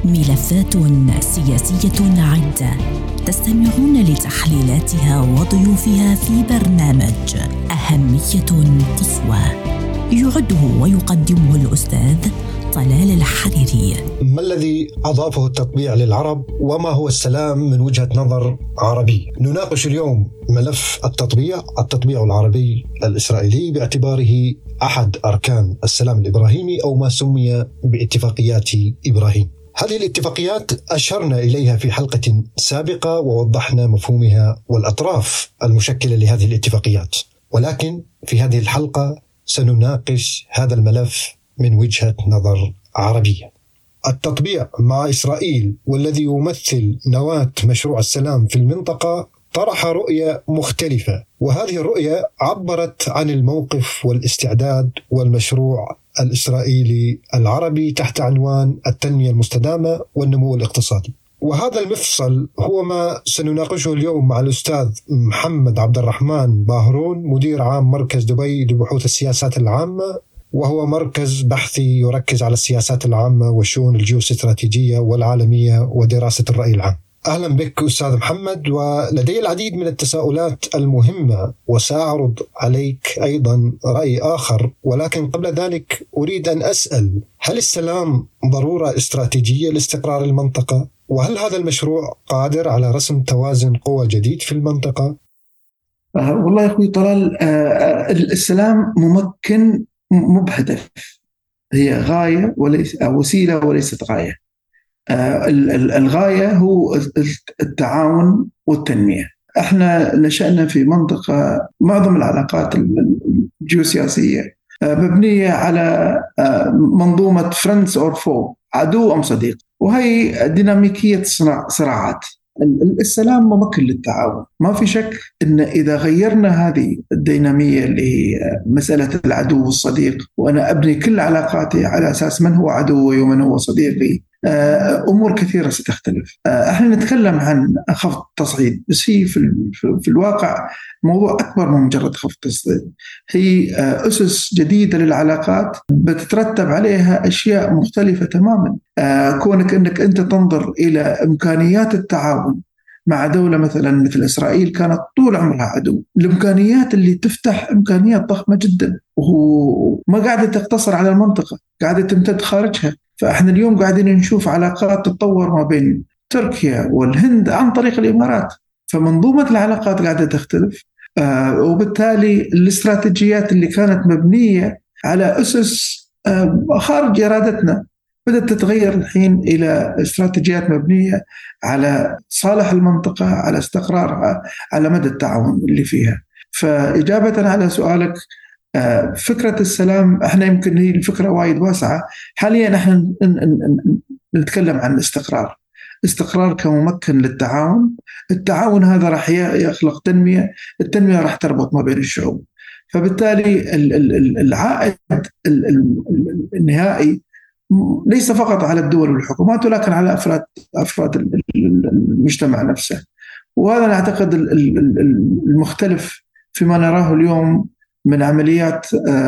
ملفات سياسية عدة تستمعون لتحليلاتها وضيوفها في برنامج أهمية قصوى، يعده ويقدمه الأستاذ طلال الحريري. ما الذي أضافه التطبيع للعرب وما هو السلام من وجهة نظر عربي؟ نناقش اليوم ملف التطبيع العربي الإسرائيلي باعتباره أحد أركان السلام الإبراهيمي أو ما سمي باتفاقيات إبراهيم. هذه الاتفاقيات أشرنا إليها في حلقة سابقة ووضحنا مفهومها والأطراف المشكلة لهذه الاتفاقيات، ولكن في هذه الحلقة سنناقش هذا الملف من وجهة نظر عربية. التطبيع مع إسرائيل والذي يمثل نواة مشروع السلام في المنطقة طرح رؤية مختلفة، وهذه الرؤية عبرت عن الموقف والاستعداد والمشروع الإسرائيلي العربي تحت عنوان التنمية المستدامة والنمو الاقتصادي. وهذا المفصل هو ما سنناقشه اليوم مع الأستاذ محمد عبد الرحمن باهرون، مدير عام مركز دبي لبحوث السياسات العامة، وهو مركز بحثي يركز على السياسات العامة والشؤون الجيوستراتيجية والعالمية ودراسة الرأي العام. أهلا بك أستاذ محمد، ولدي العديد من التساؤلات المهمة وسأعرض عليك أيضا رأي آخر، ولكن قبل ذلك أريد أن أسأل: هل السلام ضرورة استراتيجية لاستقرار المنطقة؟ وهل هذا المشروع قادر على رسم توازن قوى جديد في المنطقة؟ والله يا أخوي طلال، السلام ممكن مبهدف، هي غاية وليس وسيلة وليست غاية. الغاية هو التعاون والتنمية. احنا نشأنا في منطقة معظم العلاقات الجيوسياسية مبنية على منظومة friends or foe، عدو أم صديق، وهي ديناميكية صراعات. السلام ممكن للتعاون، ما في شك إن إذا غيرنا هذه الدينامية اللي هي مسألة العدو والصديق، وأنا أبني كل علاقاتي على أساس من هو عدوي ومن هو صديقي، أمور كثيرة ستختلف. احنا نتكلم عن خفض التصعيد، بس هي في الواقع موضوع أكبر من مجرد خفض التصعيد. هي أسس جديدة للعلاقات بتترتب عليها أشياء مختلفة تماما. كونك أنك أنت تنظر إلى إمكانيات التعاون مع دولة مثل إسرائيل كانت طول عمرها عدو، الإمكانيات اللي تفتح إمكانيات ضخمة جدا، وما قاعدة تقتصر على المنطقة، قاعدة تمتد خارجها. فإحنا اليوم قاعدين نشوف علاقات تتطور ما بين تركيا والهند عن طريق الإمارات، فمنظومة العلاقات قاعدة تختلف. وبالتالي الاستراتيجيات اللي كانت مبنية على أسس خارج إرادتنا بدأت تتغير الحين إلى استراتيجيات مبنية على صالح المنطقة، على استقرارها، على مدى التعاون اللي فيها. فإجابة على سؤالك، فكرة السلام احنا يمكن هي الفكرة وايد واسعة. حاليا احنا نتكلم عن استقرار كممكن للتعاون. التعاون هذا راح يخلق تنمية، التنمية راح تربط ما بين الشعوب، فبالتالي العائد النهائي ليس فقط على الدول والحكومات، ولكن على أفراد المجتمع نفسه. وهذا أعتقد المختلف فيما نراه اليوم من عمليات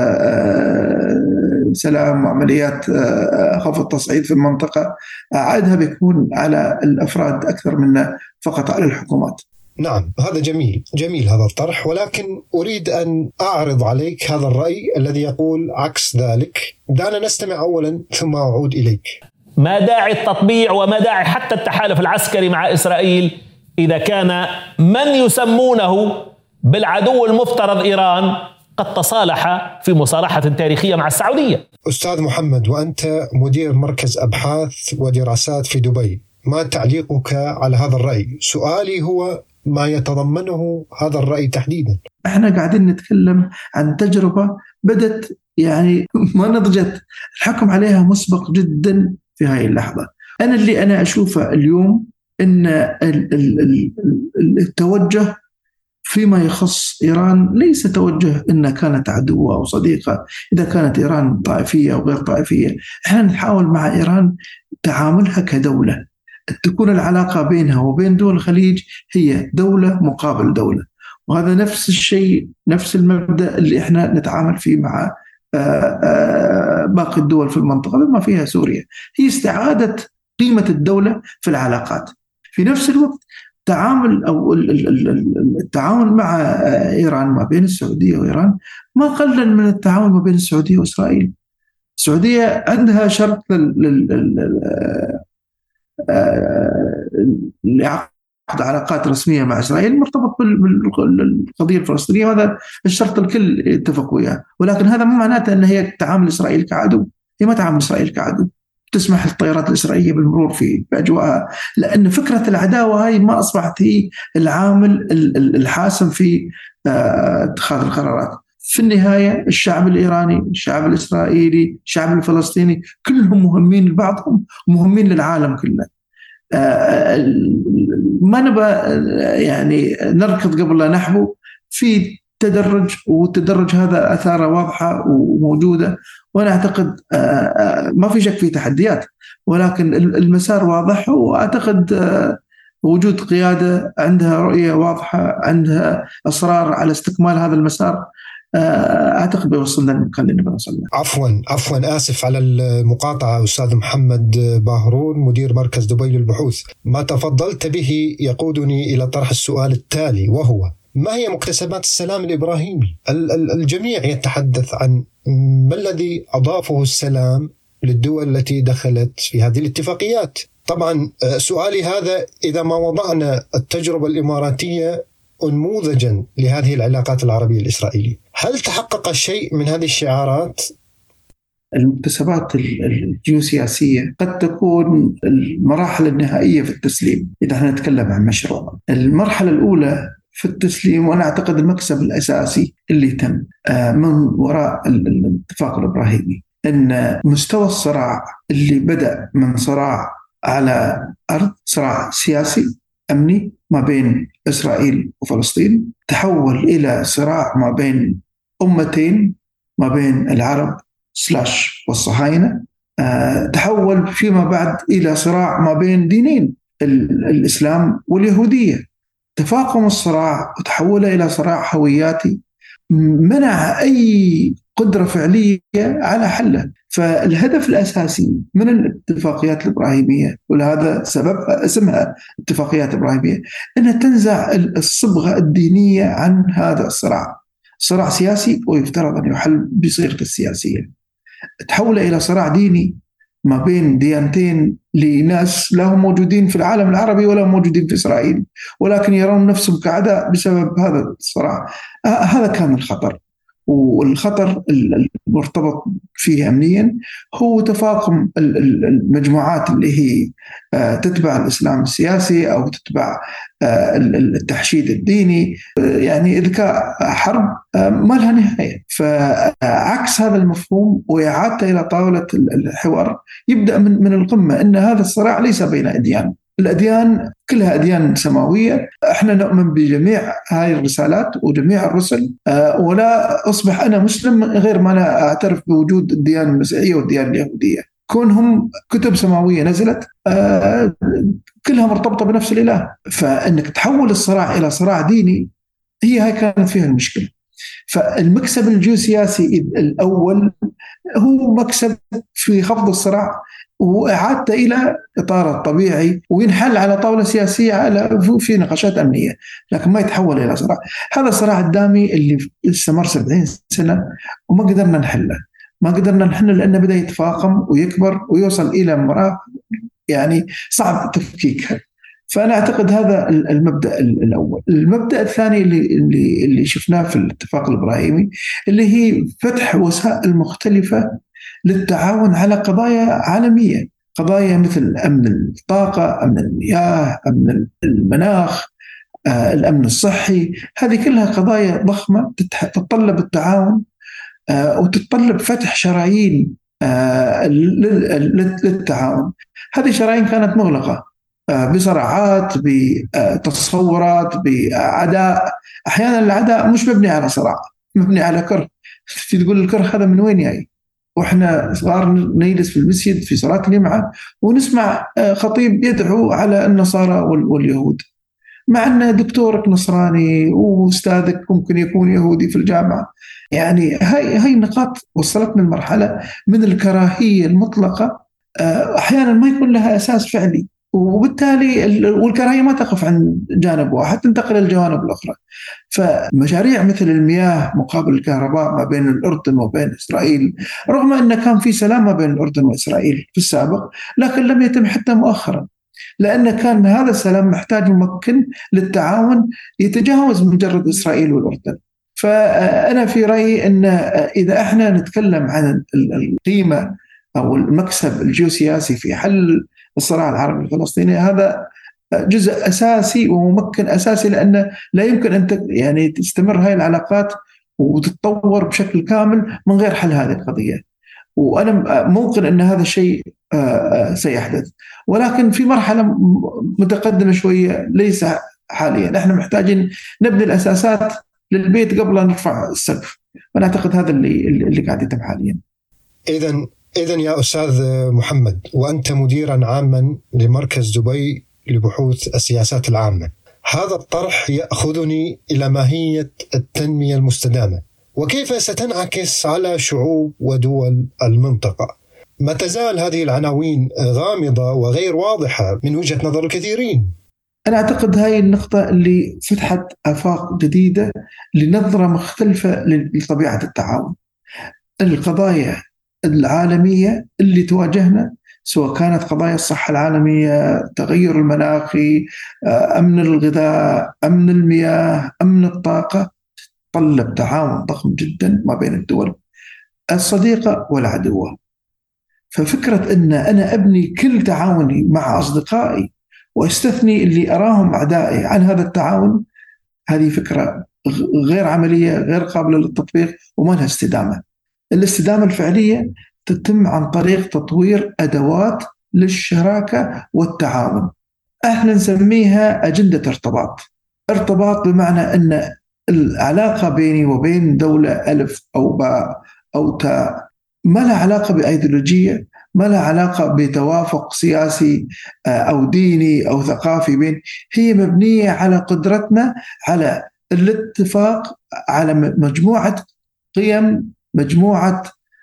سلام وعمليات خفض التصعيد في المنطقة، عائدها بيكون على الأفراد أكثر من فقط على الحكومات. نعم، هذا جميل هذا الطرح، ولكن أريد أن أعرض عليك هذا الرأي الذي يقول عكس ذلك. دعنا نستمع أولا ثم أعود إليك. ما داعي التطبيع وما داعي حتى التحالف العسكري مع إسرائيل إذا كان من يسمونه بالعدو المفترض إيران قد تصالح في مصالحة تاريخية مع السعودية؟ أستاذ محمد، وأنت مدير مركز أبحاث ودراسات في دبي، ما تعليقك على هذا الرأي؟ سؤالي هو ما يتضمنه هذا الرأي تحديدا. احنا قاعدين نتكلم عن تجربة بدت يعني ما نضجت، الحكم عليها مسبق جدا في هاي اللحظة. أنا أشوفه اليوم إن التوجه فيما يخص إيران ليس توجه إنها كانت عدوة أو صديقة. إذا كانت إيران طائفية أو غير طائفية، احنا نحاول مع إيران تعاملها كدولة، تكون العلاقة بينها وبين دول الخليج هي دولة مقابل دولة. وهذا نفس الشيء، نفس المبدأ اللي احنا نتعامل فيه مع باقي الدول في المنطقة بما فيها سوريا. هي استعادة قيمة الدولة في العلاقات. في نفس الوقت تعامل أو التعاون مع إيران ما بين السعودية وإيران ما قلل من التعاون ما بين السعودية وإسرائيل. السعودية عندها شرط لعقد علاقات رسمية مع إسرائيل مرتبط بالقضية الفلسطينية، وهذا الشرط الكل اتفقوا إياه، ولكن هذا مو معناته أن هي تعامل إسرائيل كعدو. هي ما تعامل إسرائيل كعدو، تسمح للطائرات الإسرائيلية بالمرور في أجواءها، لأن فكرة العداوة هاي ما أصبحت هي العامل الحاسم في اتخاذ القرارات. في النهاية الشعب الإيراني، الشعب الإسرائيلي، الشعب الفلسطيني كلهم مهمين لبعضهم ومهمين للعالم كله. ما نبى يعني نركض قبل لا نحبو، في تدرج، والتدرج هذا أثاره واضحة وموجودة، وأنا أعتقد ما في شك في تحديات، ولكن المسار واضح، وأعتقد وجود قيادة عندها رؤية واضحة، عندها إصرار على استكمال هذا المسار، أعتقد بيوصلنا للمكان اللي بنوصلنا. عفوا آسف على المقاطعة أستاذ محمد باهرون مدير مركز دبي للبحوث. ما تفضلت به يقودني إلى طرح السؤال التالي، وهو: ما هي مكتسبات السلام الإبراهيمي؟ الجميع يتحدث عن ما الذي أضافه السلام للدول التي دخلت في هذه الاتفاقيات. طبعا سؤالي هذا إذا ما وضعنا التجربة الإماراتية نموذجا لهذه العلاقات العربية الإسرائيلية، هل تحقق شيء من هذه الشعارات؟ المكتسبات الجيوسياسية قد تكون المراحل النهائية في التسليم. إذا احنا نتكلم عن مشروع، المرحلة الأولى في التسليم، وأنا أعتقد المكسب الأساسي اللي تم من وراء الاتفاق الإبراهيمي، أن مستوى الصراع اللي بدأ من صراع على أرض، صراع سياسي أمني ما بين إسرائيل وفلسطين، تحول إلى صراع ما بين أمتين، ما بين العرب والصهاينة، تحول فيما بعد إلى صراع ما بين دينين، الإسلام واليهودية. تفاقم الصراع وتحول إلى صراع هوياتي منع أي قدرة فعلية على حله. فالهدف الأساسي من الاتفاقيات الإبراهيمية، ولهذا سبب اسمها اتفاقيات إبراهيمية، أنها تنزع الصبغة الدينية عن هذا الصراع. صراع سياسي ويفترض أن يحل بصيغة السياسية، تحول إلى صراع ديني ما بين ديانتين لناس لا هم موجودين في العالم العربي ولا موجودين في إسرائيل، ولكن يرون نفسهم كأعداء بسبب هذا الصراع. هذا كان الخطر، والخطر المرتبط فيه أمنيا هو تفاقم المجموعات اللي هي تتبع الإسلام السياسي أو تتبع التحشيد الديني، يعني إذكاء حرب ما لها نهاية. فعكس هذا المفهوم وإعادته إلى طاولة الحوار يبدأ من القمة، أن هذا الصراع ليس بين أديان، الأديان كلها أديان سماوية، احنا نؤمن بجميع هاي الرسالات وجميع الرسل، ولا أصبح أنا مسلم غير ما أنا أعترف بوجود الديانة المسيحية والديانة اليهودية، كونهم كتب سماوية نزلت كلها مرتبطة بنفس الإله. فإنك تحول الصراع إلى صراع ديني هاي كانت فيها المشكلة. فالمكسب الجيوسياسي الأول هو مكسب في خفض الصراع وإعادته إلى إطاره الطبيعي، وينحل على طاولة سياسية على في نقاشات أمنية، لكن ما يتحول إلى صراع. هذا الصراع الدامي اللي استمر 70 سنة وما قدرنا نحله، لأنه بدأ يتفاقم ويكبر ويوصل إلى مراحل يعني صعب تفكيكها. فأنا أعتقد هذا المبدأ الأول. المبدأ الثاني اللي شفناه في الاتفاق الإبراهيمي اللي هي فتح وسائل مختلفة للتعاون على قضايا عالمية، قضايا مثل أمن الطاقة، أمن المياه، أمن المناخ، الأمن الصحي. هذه كلها قضايا ضخمة تتطلب التعاون وتتطلب فتح شرايين للتعاون. هذه شرايين كانت مغلقة بصراعات، بتصورات، بعداء. أحيانا العداء مش مبني على صراع، مبني على كره. تقول الكره هذا من وين جاي؟ وإحنا صغار نجلس في المسجد في صلاة الجمعة ونسمع خطيب يدعو على النصارى واليهود، مع أن دكتورك نصراني وأستاذك ممكن يكون يهودي في الجامعة. يعني هاي النقاط وصلتنا لمرحلة من الكراهية المطلقة أحيانا ما يكون لها أساس فعلي، وبالتالي والكراهية ما تقف عن جانب واحد، تنتقل للجوانب الأخرى. فمشاريع مثل المياه مقابل الكهرباء ما بين الأردن وبين إسرائيل، رغم أن كان في سلام ما بين الأردن وإسرائيل في السابق، لكن لم يتم حتى مؤخرا، لأن كان هذا السلام محتاج ممكن للتعاون يتجاوز مجرد إسرائيل والأردن. فأنا في رأيي أن إذا احنا نتكلم عن القيمة أو المكسب الجيوسياسي في حل الصراع العربي الفلسطيني، هذا جزء أساسي وممكن أساسي، لأن لا يمكن أن يعني تستمر هاي العلاقات وتتطور بشكل كامل من غير حل هذه القضية. وأنا موقن أن هذا الشيء سيحدث، ولكن في مرحلة متقدمة شوية، ليس حاليا. احنا محتاجين نبني الأساسات للبيت قبل أن نرفع السقف، وأنا أعتقد هذا اللي قاعد يتم حاليا. إذن يا أستاذ محمد، وأنت مديرا عاما لمركز دبي لبحوث السياسات العامة، هذا الطرح يأخذني إلى ماهية التنمية المستدامة، وكيف ستنعكس على شعوب ودول المنطقة. ما تزال هذه العناوين غامضة وغير واضحة من وجهة نظر الكثيرين. أنا أعتقد هاي النقطة اللي فتحت آفاق جديدة لنظرة مختلفة لطبيعة التعاون. القضايا العالمية اللي تواجهنا، سواء كانت قضايا الصحة العالمية، تغير المناخي، أمن الغذاء، أمن المياه، أمن الطاقة، تطلب تعاون ضخم جدا ما بين الدول الصديقة والعدوة. ففكرة أن أنا أبني كل تعاوني مع أصدقائي واستثني اللي أراهم أعدائي عن هذا التعاون، هذه فكرة غير عملية، غير قابلة للتطبيق، وما لها استدامة. الاستدامة الفعلية تتم عن طريق تطوير أدوات للشراكة والتعاون. احنا نسميها أجندة ارتباط بمعنى أن العلاقة بيني وبين دولة ألف أو باء أو تاء ما لها علاقة بأيديولوجية، ما لها علاقة بتوافق سياسي أو ديني أو ثقافي هي مبنية على قدرتنا على الاتفاق على مجموعة قيم، مجموعة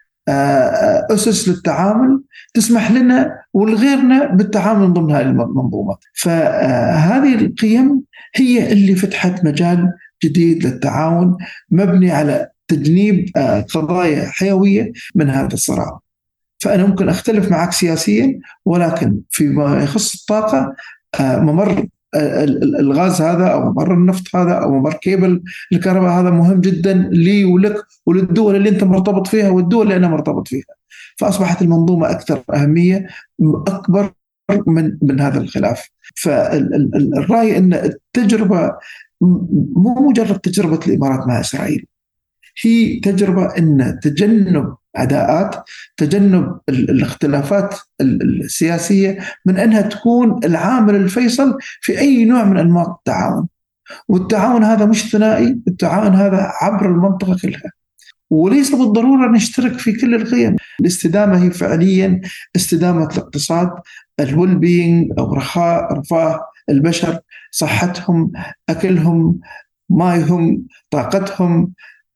أسس للتعامل تسمح لنا ولغيرنا بالتعامل ضمن هذه المنظومة. فهذه القيم هي اللي فتحت مجال جديد للتعاون مبني على تجنيب قضايا حيوية من هذا الصراع. فأنا ممكن أختلف معك سياسيا، ولكن فيما يخص الطاقة، ممر الغاز هذا أو ممر النفط هذا أو ممر كيبل الكهرباء هذا مهم جدا لي ولك وللدول اللي أنت مرتبط فيها والدول اللي أنا مرتبط فيها. فأصبحت المنظومة أكثر أهمية، أكبر من هذا الخلاف. فالرأي أن التجربة مو مجرد تجربة الإمارات مع إسرائيل، هي تجربة أن تجنب عداءات، تجنب الاختلافات السياسية من أنها تكون العامل الفيصل في أي نوع من أنواع التعاون. والتعاون هذا مش ثنائي، التعاون هذا عبر المنطقة كلها، وليس بالضرورة نشترك في كل القيم. الاستدامة هي فعليا استدامة الاقتصاد، الويل بينج أو رفاه البشر، صحتهم، أكلهم، مايهم، طاقتهم.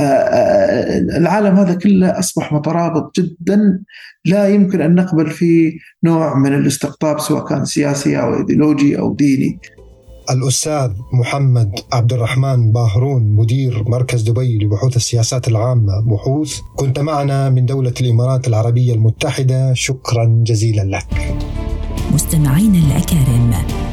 العالم هذا كله أصبح مترابط جدا، لا يمكن أن نقبل فيه نوع من الاستقطاب سواء كان سياسي أو إيديولوجي أو ديني. الأستاذ محمد عبد الرحمن باهرون، مدير مركز دبي لبحوث السياسات العامة بحوث، كنت معنا من دولة الإمارات العربية المتحدة. شكرا جزيلا لك. مستمعين الأكارم،